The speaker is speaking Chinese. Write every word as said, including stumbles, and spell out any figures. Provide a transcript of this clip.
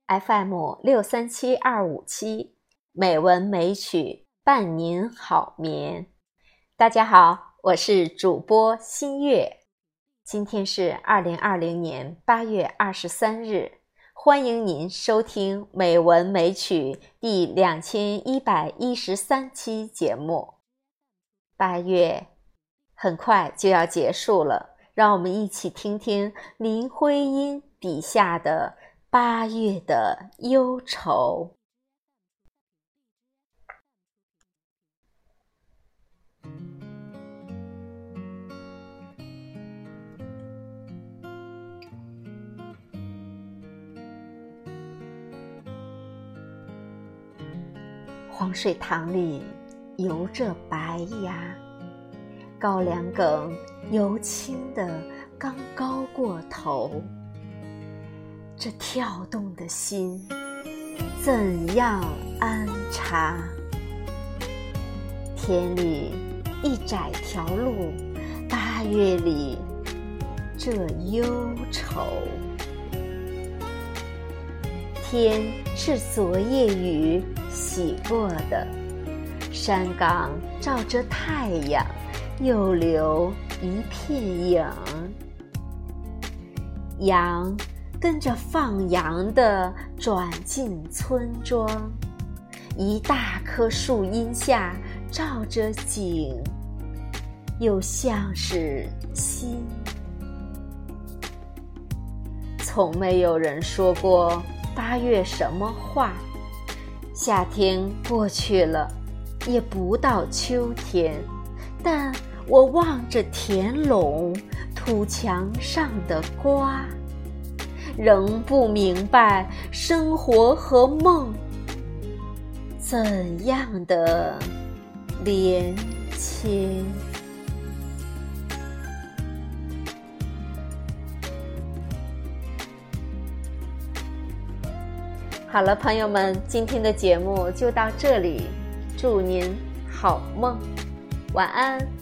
F M 六三七二五七，美文美曲伴您好眠。大家好，我是主播新月，今天是二零二零年八月二十三日，欢迎您收听美文美曲第两千一百一十三期节目。八月很快就要结束了，让我们一起听听林徽因笔下的八月的忧愁。黄水塘里游着白鸭，高粱梗油青的刚高过头，这跳动的心怎样安插？田里一窄条路，八月里这忧愁。天是昨夜雨洗过的，山岗照着太阳，又留一片影。羊跟着放羊的转进村庄，一大棵树荫下照着景，又像是心。从没有人说过八月什么话，夏天过去了，也不到秋天，但我望着田垄土墙上的瓜，仍不明白生活和梦怎样的连牵。好了，朋友们，今天的节目就到这里，祝您好梦，晚安。